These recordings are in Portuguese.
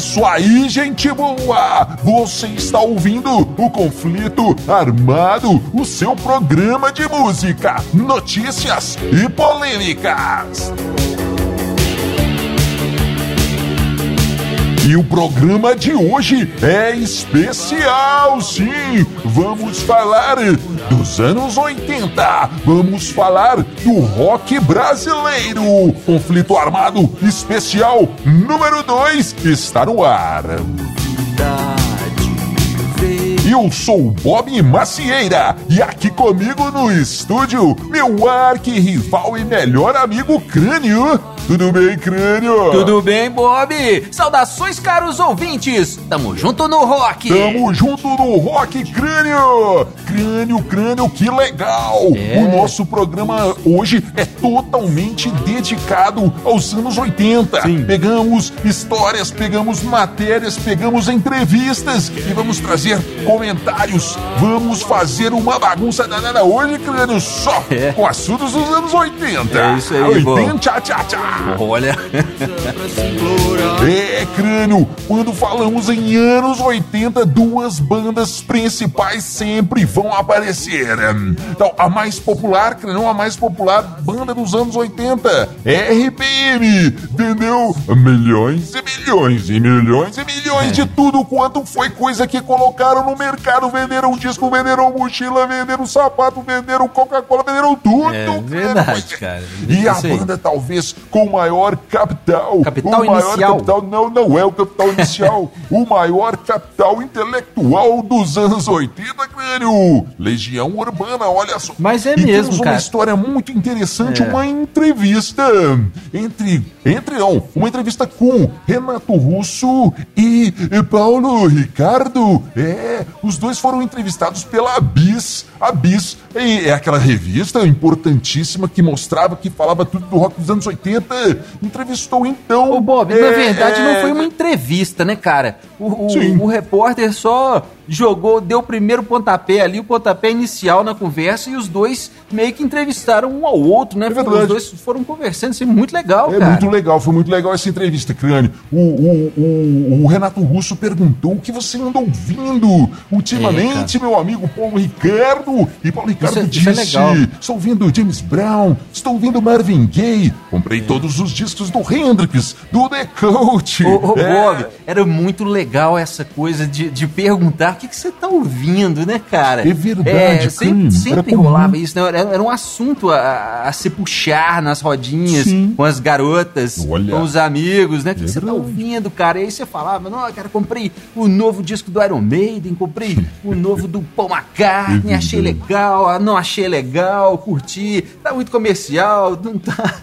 isso aí, gente boa! Você está ouvindo o Conflito Armado, o seu programa de música, notícias e polêmicas. E o programa de hoje é especial, sim! Vamos falar dos anos 80, vamos falar do rock brasileiro. Conflito Armado Especial número 2 está no ar. Eu sou o Bob Macieira e aqui comigo no estúdio, meu arquirrival e melhor amigo Crânio. Tudo bem, Crânio? Tudo bem, Bob? Saudações, caros ouvintes! Tamo junto no rock! Tamo junto no rock, Crânio! Crânio, que legal! O nosso programa hoje é totalmente dedicado aos anos 80. Sim. Pegamos histórias, pegamos matérias, pegamos entrevistas e vamos trazer comentários. Vamos fazer uma bagunça danada hoje, Crânio, só com assuntos dos anos 80. É isso aí, Bob. 80, tchá. Olha. Crânio, quando falamos em anos 80, duas bandas principais sempre vão aparecer. Então, a mais popular, Crânio, a mais popular banda dos anos 80 é RPM, entendeu? Milhões e milhões e milhões e milhões de tudo quanto foi coisa que colocaram no mercado. Venderam disco, venderam mochila, venderam sapato, venderam Coca-Cola, venderam tudo. É verdade, cara. E a banda talvez com o maior capital. Capital o maior inicial. Capital, não é o capital inicial. O maior capital intelectual dos anos 80, Crânio. Legião Urbana, olha só. Mas é e mesmo, temos cara. uma história muito interessante, uma entrevista uma entrevista com Renato Russo e Paulo Ricardo. Os dois foram entrevistados pela Bis. A Bis é aquela revista importantíssima que mostrava, que falava tudo do rock dos anos 80. Entrevistou então... Ô, Bob, na verdade não foi uma entrevista, né, cara? O repórter só deu o primeiro pontapé ali, o pontapé inicial na conversa, e os dois meio que entrevistaram um ao outro, né? Verdade. Os dois foram conversando, isso é muito legal, cara. Muito legal, foi muito legal essa entrevista, Crânio. O Renato Russo perguntou o que você anda ouvindo ultimamente, meu amigo Paulo Ricardo. E Paulo Ricardo disse: isso é legal. estou ouvindo James Brown, estou ouvindo Marvin Gaye, comprei todos os discos do Hendrix, do The Cult. Bob, era muito legal essa coisa de perguntar o que você tá ouvindo, né, cara? É verdade, sempre rolava isso, né? Era um assunto a se puxar nas rodinhas, com as garotas, com os amigos, né? O que você tá ouvindo, cara? E aí você falava: não, cara, comprei o novo disco do Iron Maiden, comprei o novo do Paul McCartney, achei legal, não achei legal, curti, tá muito comercial, não tá...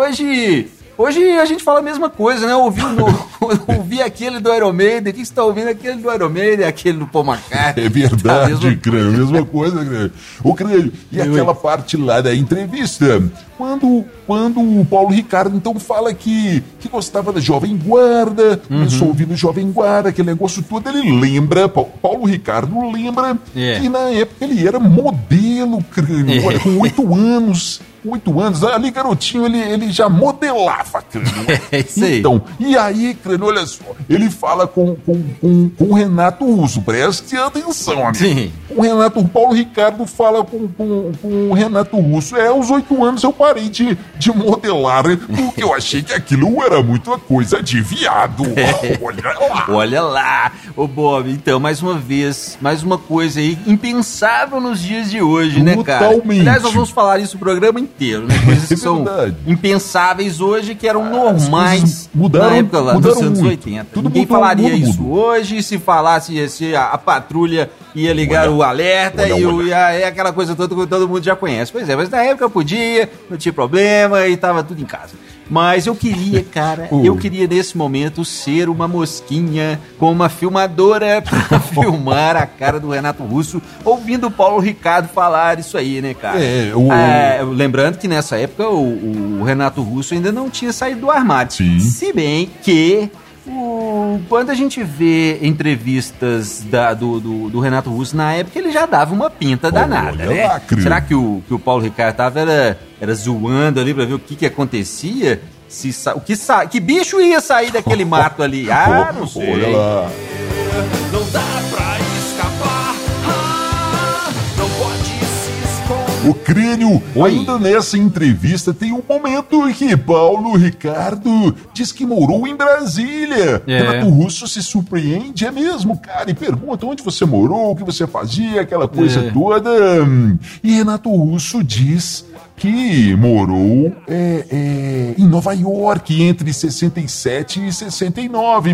Hoje a gente fala a mesma coisa, né? Ouvi aquele do Iron Maiden, o que você tá ouvindo? Aquele do Iron Maiden, aquele do Paul McCartney. É verdade, Crânio, mesma coisa, Crânio. Ô, Crânio, e aquela parte lá da entrevista, quando o Paulo Ricardo, então, fala que gostava da Jovem Guarda, começou ouvindo Jovem Guarda, aquele negócio todo, ele lembra, Paulo Ricardo lembra que na época ele era modelo, Crânio, olha, com 8 anos, ali, garotinho, ele já modelava, Crânio. É isso aí. Então, e aí, Crânio, olha só, ele fala com o Renato Russo, preste atenção, amigo. Sim. O Paulo Ricardo fala com o Renato Russo: aos 8 anos eu parei de modelar, porque eu achei que aquilo era muita coisa de viado. Olha lá, ô Bob, então, mais uma vez, mais uma coisa aí impensável nos dias de hoje, né, cara? Totalmente. Aliás, nós vamos falar isso o programa inteiro, né? Coisas que são impensáveis hoje, que eram normais na época lá dos anos 80. Ninguém falaria isso hoje. Se falasse, a patrulha ia ligar o alerta e aquela coisa toda que todo mundo já conhece. Pois é, mas na época podia, não tinha problema e tava tudo em casa. Mas eu queria, cara, nesse momento ser uma mosquinha com uma filmadora pra filmar a cara do Renato Russo ouvindo o Paulo Ricardo falar isso aí, né, cara? Lembrando que nessa época o Renato Russo ainda não tinha saído do armário. Sim. Se bem que quando a gente vê entrevistas do Renato Russo na época, ele já dava uma pinta danada, né? Lá, será que o Paulo Ricardo tava era zoando ali pra ver o que acontecia? Que bicho ia sair daquele mato ali? Ah, não sei. Olha lá. Não dá pra escapar, não pode se esconder. O Crânio, ainda nessa entrevista, tem um momento em que Paulo Ricardo diz que morou em Brasília. Renato Russo se surpreende, é mesmo, cara, e pergunta onde você morou, o que você fazia, aquela coisa toda. E Renato Russo diz que morou em Nova York entre 67 e 69,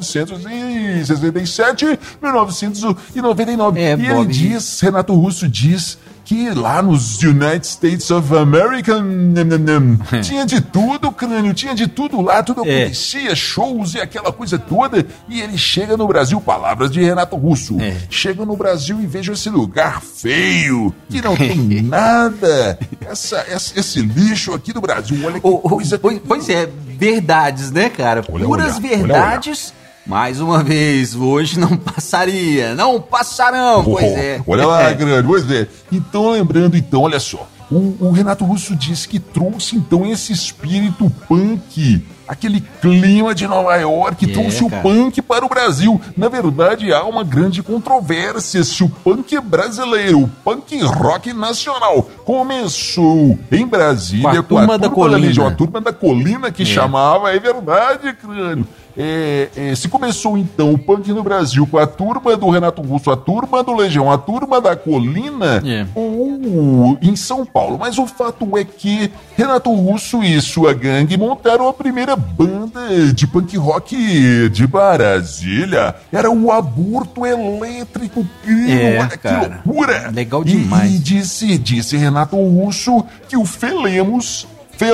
1967 1999. E ele diz, Renato Russo diz, que lá nos United States of America tinha de tudo, Crânio, tinha de tudo lá, tudo acontecia, shows e aquela coisa toda. E ele chega no Brasil, palavras de Renato Russo, chega no Brasil e vejo esse lugar feio, que não tem nada, esse lixo aqui do Brasil, olha que coisa... Pois é, verdades, né, cara? Puras verdades... Mais uma vez, hoje não passaria, não passarão, pois é. Olha lá, grande, pois é. Então, lembrando, olha só, o Renato Russo disse que trouxe, então, esse espírito punk, aquele clima de Nova York, trouxe o punk para o Brasil. Na verdade, há uma grande controvérsia se o punk brasileiro, o punk rock nacional, começou em Brasília com a turma da Colina. A turma da Colina que chamava, é verdade, Crânio. Se começou então o punk no Brasil com a turma do Renato Russo, a turma do Legião, a turma da Colina, ou em São Paulo. Mas o fato é que Renato Russo e sua gangue montaram a primeira banda de punk rock de Brasília. Era o Aborto Elétrico. Olha que loucura! Legal demais. E disse Renato Russo que o Felemos,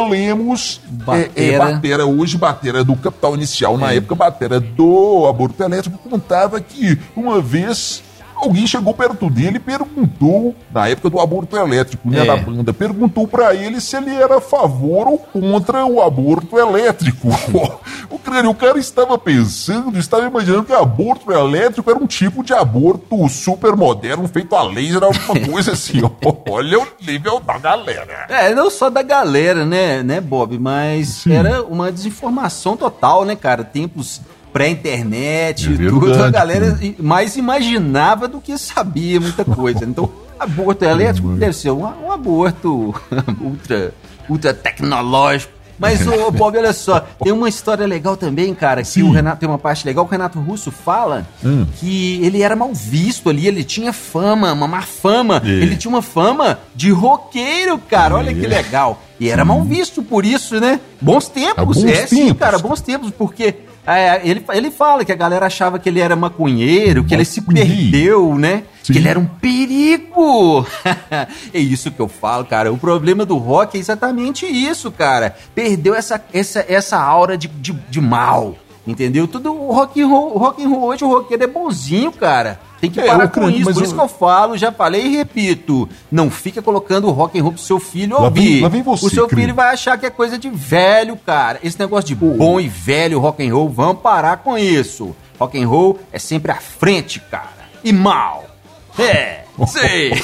batera hoje, batera do Capital Inicial, na época batera do Aborto Elétrico, contava que uma vez alguém chegou perto dele e perguntou, na época do Aborto Elétrico, né, da banda, perguntou pra ele se ele era a favor ou contra o aborto elétrico. O cara estava imaginando que aborto elétrico era um tipo de aborto super moderno, feito a laser, alguma coisa assim. Olha o nível da galera. Não só da galera, né, Bob, mas era uma desinformação total, né, cara? Tempos pré-internet, tudo, a galera mais imaginava do que sabia muita coisa. Então, aborto elétrico deve ser um aborto ultra tecnológico. Mas, Bob, olha só, tem uma história legal também, cara, que o Renato, tem uma parte legal que o Renato Russo fala que ele era mal visto ali, ele tinha fama, uma má fama, ele tinha uma fama de roqueiro, cara, olha que legal. E era mal visto por isso, né? Bons tempos, sim, cara, bons tempos, porque... ele fala que a galera achava que ele era maconheiro, que ele se perdeu, né? Sim. Que ele era um perigo. É isso que eu falo, cara. O problema do rock é exatamente isso, cara. Perdeu essa aura de mal, entendeu? Tudo o rock and roll hoje, o roqueiro é bonzinho, cara. Tem que parar com isso, por isso que eu falo, já falei e repito, não fica colocando o rock and roll pro seu filho ouvir. Lá vem você, o seu filho vai achar que é coisa de velho, cara. Esse negócio de bom e velho rock and roll, vamos parar com isso. Rock and roll é sempre à frente, cara. E mal. Sei.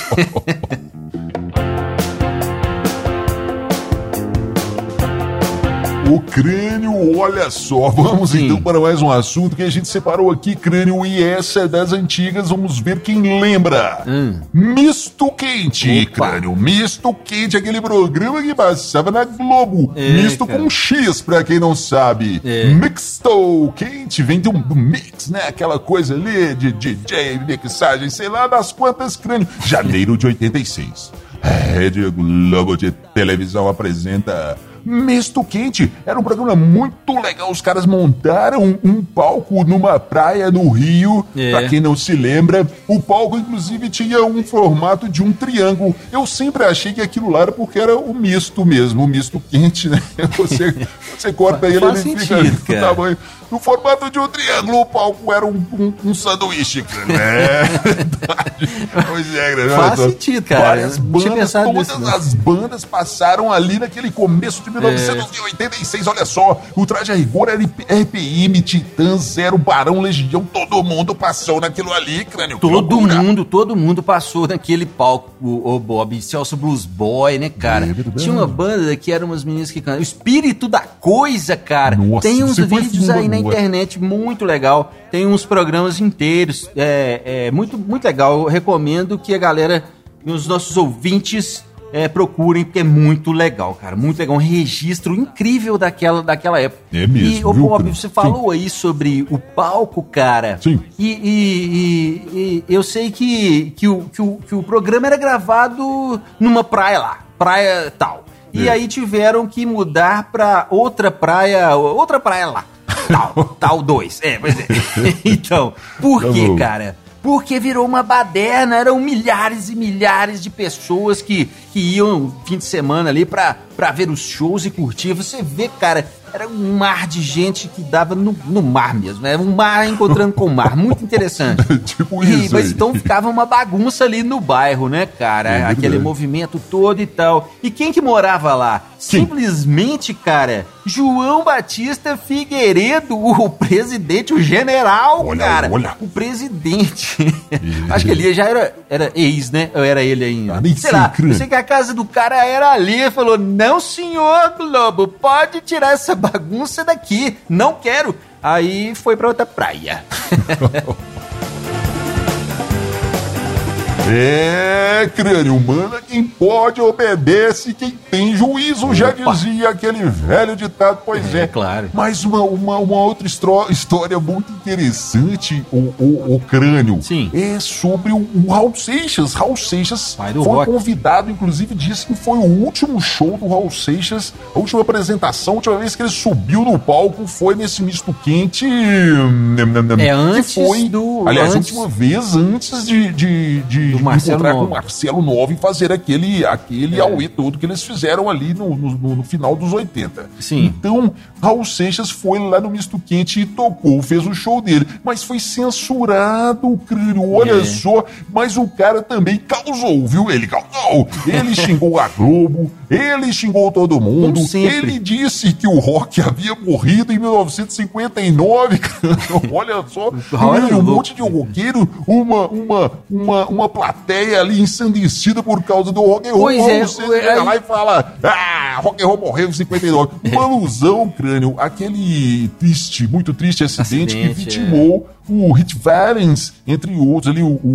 O Crânio, olha só, vamos então para mais um assunto que a gente separou aqui, Crânio, e essa é das antigas, vamos ver quem lembra. Misto Quente, Crânio, Misto Quente, aquele programa que passava na Globo, misto cara. Com X, pra quem não sabe. Mixto Quente, vem de um mix, né, aquela coisa ali de DJ, mixagem, sei lá das quantas, Crânio. Janeiro de 86. Rede Globo de televisão apresenta Misto Quente. Era um programa muito legal. Os caras montaram um palco numa praia no Rio. Pra quem não se lembra, o palco inclusive tinha um formato de um triângulo. Eu sempre achei que aquilo lá era porque era o misto mesmo, o misto quente, né? Você corta ele, ele fica no tamanho, no formato de um triângulo. O palco era um sanduíche, né? Pois é, faz sentido, cara. Várias bandas, todas as bandas passaram ali naquele começo de de 1986, olha só, o Traje a Rigor era RPM, Titã, Zero, Barão, Legião, todo mundo passou naquilo ali, crânio. Todo mundo passou naquele palco, o Bob, Celso Blues Boy, né, cara? Tinha uma banda que eram umas meninas que cantavam, o Espírito da Coisa, cara. Nossa, tem uns vídeos aí na internet, muito legal, tem uns programas inteiros, muito, muito legal, eu recomendo que a galera, os nossos ouvintes, procurem, porque é muito legal, cara, muito legal, um registro incrível daquela época. É mesmo, e, Bob, você falou aí sobre o palco, cara. Sim. E eu sei que o programa era gravado numa praia lá, praia tal. E aí tiveram que mudar pra outra praia lá. Tal 2. Pois é. Então, por quê, cara? Porque virou uma baderna, eram milhares e milhares de pessoas que iam fim de semana ali pra ver os shows e curtir. Você vê, cara, era um mar de gente que dava no mar mesmo. Era um mar encontrando com o mar. Muito interessante. Tipo isso. Mas então ficava uma bagunça ali no bairro, né, cara? Aquele movimento todo e tal. E quem que morava lá? Sim. Simplesmente, cara, João Batista Figueiredo, o presidente, o general, cara. Olha. O presidente. Acho que ele já era ex, né? Ou era ele ainda? Sei lá. Eu sei que a casa do cara era ali. Ele falou, não, senhor Globo, pode tirar essa bagunça daqui. Não quero. Aí foi pra outra praia. Crânio, manda quem pode, obedece quem tem juízo, já dizia aquele velho ditado, pois é. Claro. Mas uma outra história muito interessante, o Crânio. Sim. É sobre o Raul Seixas. Raul Seixas Pai do foi rock. convidado, inclusive disse que foi o último show do Raul Seixas, a última apresentação, a última vez que ele subiu no palco foi nesse misto quente. Antes Aliás, a última vez antes de encontrar com o Marcelo Nova e fazer aquele auê todo que eles fizeram ali no final dos 80. Sim. Então, Raul Seixas foi lá no Misto Quente e tocou, fez o show dele, mas foi censurado, Crânio, olha só, mas o cara também causou, viu? Ele causou, ele xingou a Globo, ele xingou todo mundo, ele disse que o rock havia morrido em 1959, Crânio, olha só, um monte de roqueiro, uma plateia ali ensandecida por causa do rock and roll. Você chega lá e fala, rock and roll morreu em 59. Uma alusão, Crânio, aquele muito triste acidente que vitimou o Hit Valens, entre outros ali, o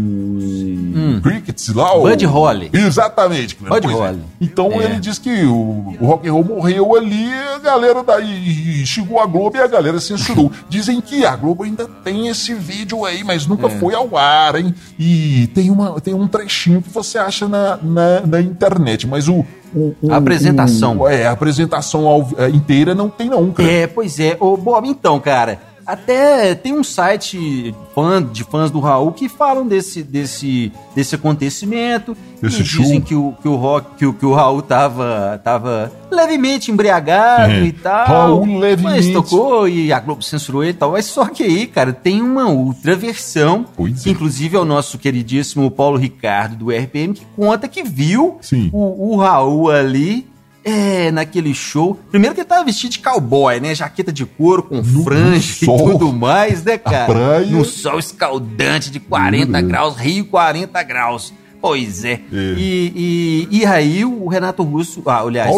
Crickets lá. Buddy Holly. Exatamente, Crânio. Buddy Holly. Então ele diz que o rock and roll morreu ali, a galera daí xingou a Globo e a galera censurou. Dizem que a Globo ainda tem esse vídeo aí, mas nunca foi ao ar, hein? E tem um trechinho que você acha na internet, mas a apresentação. A apresentação inteira não tem não, cara. Pois é. Bob, então, cara, até tem um site de fãs do Raul que falam desse acontecimento. Esse show. Dizem que o Raul tava levemente embriagado e tal. Raul levemente. Mas tocou e a Globo censurou e tal. Mas só que aí, cara, tem uma outra versão. Que inclusive é o nosso queridíssimo Paulo Ricardo do RPM, que conta que viu o Raul ali. Naquele show. Primeiro que ele tava vestido de cowboy, né? Jaqueta de couro com franja e tudo mais, né, cara? No sol escaldante de 40 graus, Rio 40 graus. Pois é. E aí o Renato Russo, aliás,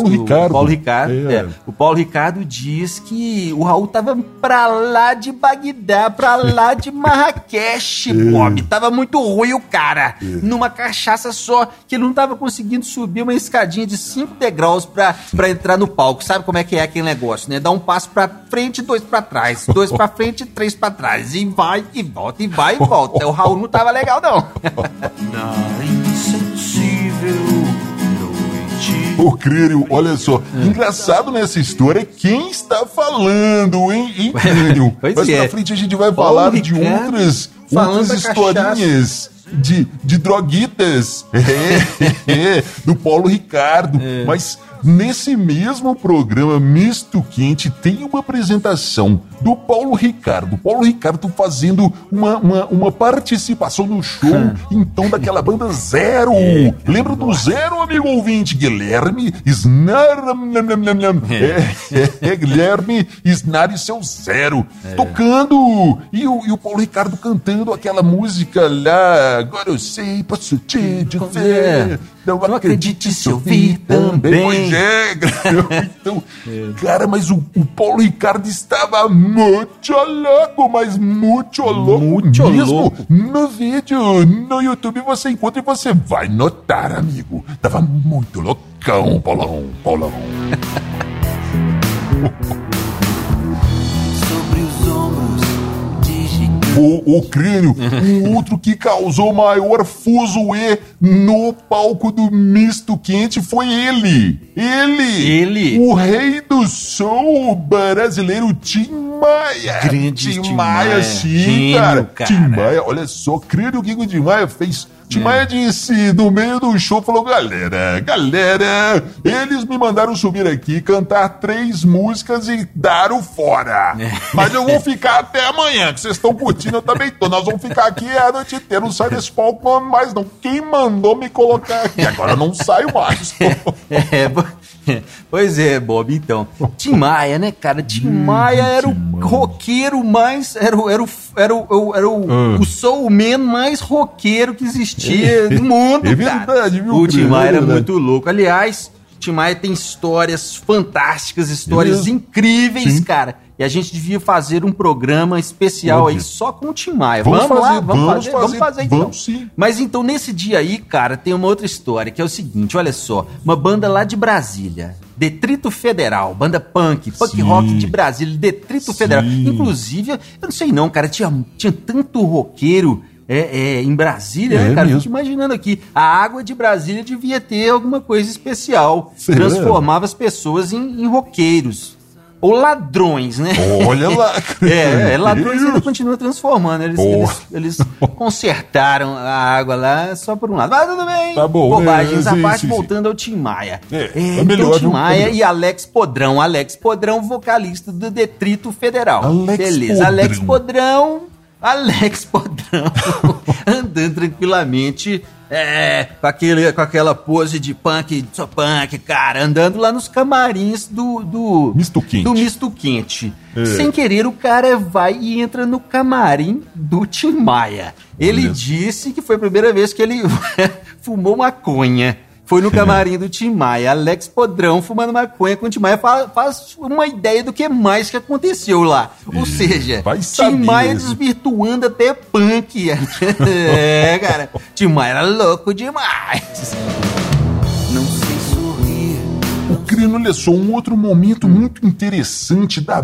o Paulo Ricardo diz que o Raul tava pra lá de Bagdá, pra lá de Marrakech, Bob. Tava muito ruim o cara. Numa cachaça só, que ele não tava conseguindo subir uma escadinha de 5 degraus pra entrar no palco. Sabe como é que é aquele negócio, né? Dá um passo pra frente, 2 pra trás. 2 pra frente, 3 pra trás. E vai e volta, e vai e volta. O Raul não tava legal, não. Ô, Crânio, olha só, engraçado nessa história quem está falando, hein, Crânio? Mas pra frente a gente vai falar de outras historinhas de droguitas do Paulo Ricardo. Mas nesse mesmo programa Misto Quente tem uma apresentação do Paulo Ricardo. Paulo Ricardo fazendo uma participação no show, então, daquela banda Zero. Lembra do Zero, amigo ouvinte? Guilherme Guilherme Snari, seu Zero, tocando. E o Paulo Ricardo cantando aquela música lá. Agora eu sei, posso te dizer. Não acredite se ouvir também. Pois é, então, cara, mas o Paulo Ricardo estava muito louco, mas muito louco mesmo. No vídeo, no YouTube você encontra e você vai notar, amigo. Tava muito loucão, Paulão. Sobre os ombros de O Crânio, um outro que causou maior fuzuê no palco do Misto Quente foi ele, o rei do soul brasileiro, Tim Maia. Grande Tim Maia, sim, cara. Tim Maia, olha só, Crânio, o que o Tim Maia fez? Tim Maia disse, no meio do show, falou, galera, eles me mandaram subir aqui, cantar 3 músicas e dar o fora. Mas eu vou ficar até amanhã, que vocês estão curtindo, eu também tô. Nós vamos ficar aqui a noite inteira, não sai desse palco mais não. Quem mandou me colocar aqui? Agora eu não saio mais. Pois é, Bob, então. Tim Maia, né, cara? Tim Maia era o roqueiro mais... Era o soulman mais roqueiro que existia no mundo, cara. É verdade, viu? O Tim Maia era muito louco. Aliás, Tim Maia tem histórias fantásticas, histórias incríveis, cara. E a gente devia fazer um programa especial aí só com o Tim Maia. Vamos fazer então. Vamos sim. Mas então, nesse dia aí, cara, tem uma outra história, que é o seguinte, olha só. Uma banda lá de Brasília, Detrito Federal, banda punk rock de Brasília, Detrito Federal. Inclusive, eu não sei não, cara, tinha tanto roqueiro em Brasília, né, cara? Fico imaginando aqui, a água de Brasília devia ter alguma coisa especial. Transformava as pessoas em roqueiros. Ou ladrões, né? Olha lá. Ladrões ainda continuam transformando. Eles consertaram a água lá só por um lado. Mas tudo bem. Tá bom. Bobagens à parte, voltando ao Tim Maia. Melhor, Tim Maia e Alex Podrão. Alex Podrão, vocalista do Detrito Federal. Alex Podrão andando tranquilamente, com aquela pose de punk, sou punk, cara, andando lá nos camarins do Misto Quente. Sem querer, o cara vai e entra no camarim do Tim Maia. Ele disse que foi a primeira vez que ele fumou maconha. Foi no camarim do Tim Maia. Alex Podrão fumando maconha com o Tim Maia. Faz uma ideia do que mais que aconteceu lá. Ou seja, Tim Maia desvirtuando até punk. Cara. Tim Maia era louco demais. Não sei sorrir. O Crino, olha só, um outro momento muito interessante da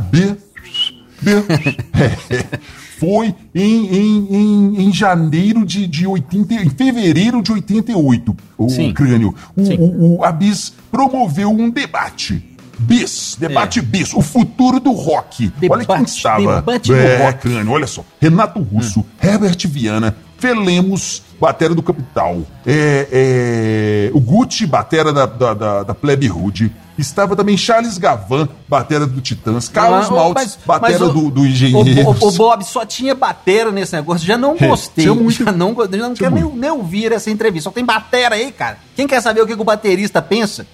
foi em janeiro de 80, em fevereiro de 88, o Crânio. A Bis promoveu um debate. Debate Bis, o futuro do rock. Olha quem estava. Debate do rock. Crânio, olha só. Renato Russo, Herbert Viana, Felemos, batera do Capital, o Gucci, batera da Plebe Rude. Estava também Charles Gavan, batera do Titãs, Carlos Maltz, batera do Engenheiros. O Bob, só tinha batera nesse negócio, já não gostei. Já não quero nem ouvir essa entrevista. Só tem batera aí, cara. Quem quer saber o que o baterista pensa?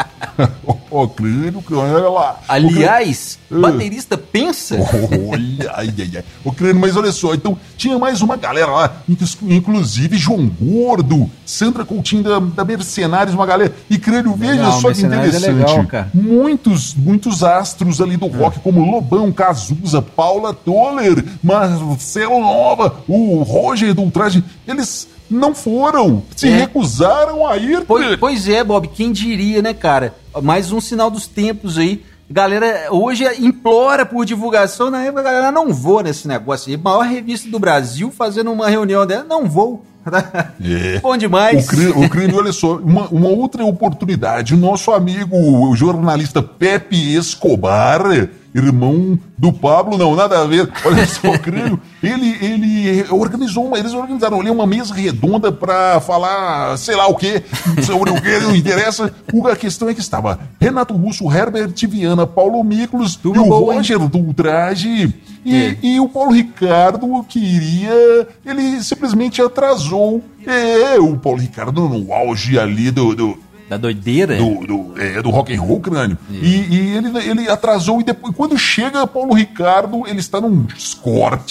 Olha lá. Aliás, baterista pensa? O Crânio, mas olha só, então tinha mais uma galera lá, inclusive João Gordo, Sandra Coutinho da Mercenários, uma galera. E Crânio, veja só que interessante. Muitos astros ali do rock, como Lobão, Cazuza, Paula Toller, Marcelo Nova, o Roger do Ultraje, eles não foram, se recusaram a ir. Pois é, Bob, quem diria, né, cara? Mais um sinal dos tempos aí. Galera, hoje implora por divulgação, na época a galera não vou nesse negócio aí. Maior revista do Brasil fazendo uma reunião dela, não vou. Bom demais. O Crime, olha só, uma outra oportunidade. O nosso amigo, o jornalista Pepe Escobar, irmão do Pablo, não, nada a ver. Olha só, Crânio, eles organizaram ali uma mesa redonda pra falar, sei lá o quê, sobre o que, não interessa. A questão é que estava Renato Russo, Herbert Viana, Paulo Miklos e o Roger do Ultraje. E o Paulo Ricardo ele simplesmente atrasou. O Paulo Ricardo no auge ali da doideira? Do rock and roll, Crânio. E ele atrasou, e depois, quando chega Paulo Ricardo, ele está num Escort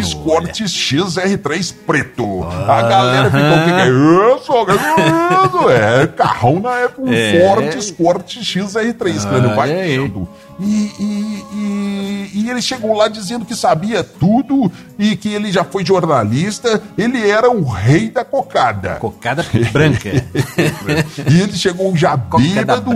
XR3 preto. A galera ficou, o que é isso? Carrão na época, Ford Escort XR3, Crânio, vai vendo. E ele chegou lá dizendo que sabia tudo e que ele já foi jornalista, ele era o rei da cocada. Cocada branca. E ele chegou já bêbado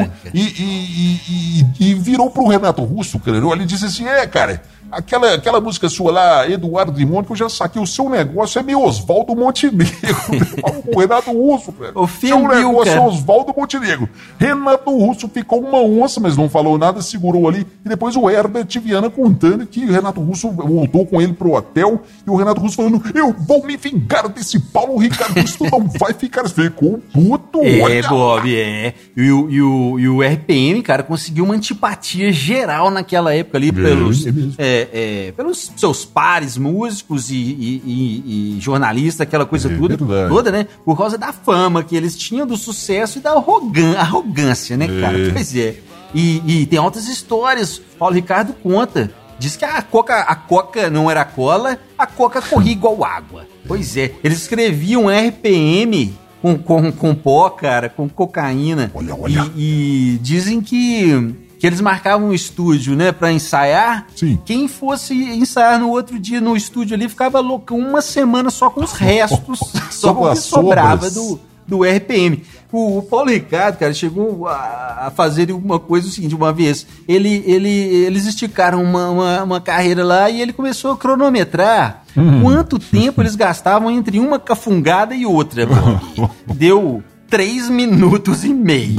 e virou pro Renato Russo, cara. Ele disse assim, cara, aquela música sua lá, Eduardo de Mônaco, eu já saquei, o seu negócio é meio Oswaldo Montenegro. O Renato Russo, cara. O seu negócio é Oswaldo Montenegro. Renato Russo ficou uma onça, mas não falou nada, segurou ali. E depois o Herbert Viana contando que o Renato Russo voltou com ele pro hotel e o Renato Russo falando, eu vou me vingar desse Paulo Ricardo, isso não vai ficar. Ficou puto, olha. Bob, E o RPM, cara, conseguiu uma antipatia geral naquela época ali pelos seus pares músicos e jornalistas, aquela coisa toda, né? Por causa da fama que eles tinham, do sucesso e da arrogância, né, cara? Pois é. E tem outras histórias. Paulo Ricardo conta. Diz que a coca não era cola, a coca corria igual água. Pois é. Eles escreviam RPM com pó, cara, com cocaína. Olha. E dizem que eles marcavam um estúdio, né, pra ensaiar. Sim. Quem fosse ensaiar no outro dia no estúdio ali ficava louco, uma semana só com os restos, só com o que sobrava do RPM. O Paulo Ricardo, cara, chegou a fazer uma coisa, o seguinte, uma vez, eles esticaram uma carreira lá e ele começou a cronometrar quanto tempo eles gastavam entre uma cafungada e outra. Deu 3 minutos e meio.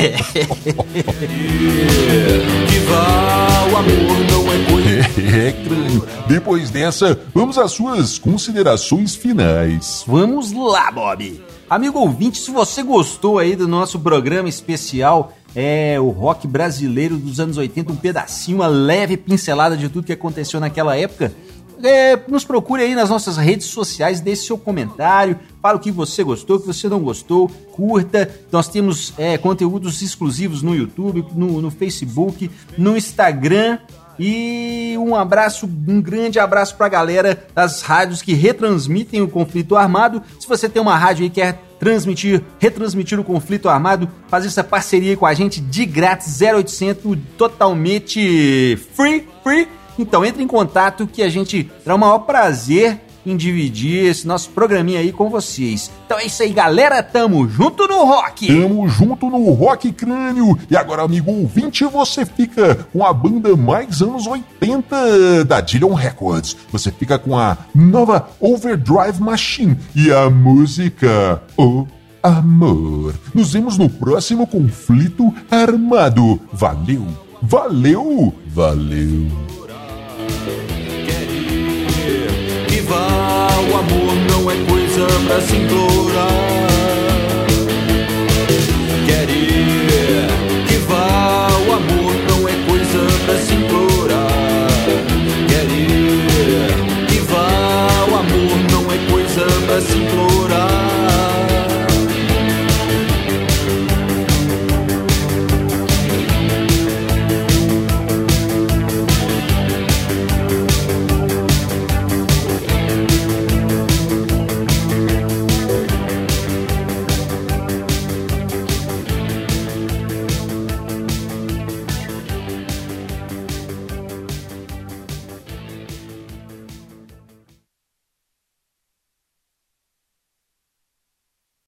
O amor não é coisa. Crânio. Depois dessa, vamos às suas considerações finais. Vamos lá, Bob. Amigo ouvinte, se você gostou aí do nosso programa especial, o rock brasileiro dos anos 80, um pedacinho, uma leve pincelada de tudo que aconteceu naquela época, nos procure aí nas nossas redes sociais, deixe seu comentário, fala o que você gostou, o que você não gostou, curta. Nós temos conteúdos exclusivos no YouTube, no Facebook, no Instagram. E um grande abraço pra galera das rádios que retransmitem o conflito armado. Se você tem uma rádio aí que quer retransmitir o conflito armado, fazer essa parceria com a gente de grátis, 0800, totalmente free. Então entre em contato que a gente terá o maior prazer em dividir esse nosso programinha aí com vocês. Então é isso aí, galera, tamo junto no rock! Tamo junto no rock, Crânio! E agora, amigo ouvinte, você fica com a banda mais anos 80 da Dillion Records. Você fica com a nova Overdrive Machine e a música O Amor. Nos vemos no próximo conflito armado. Valeu! O amor não é coisa pra se implorar.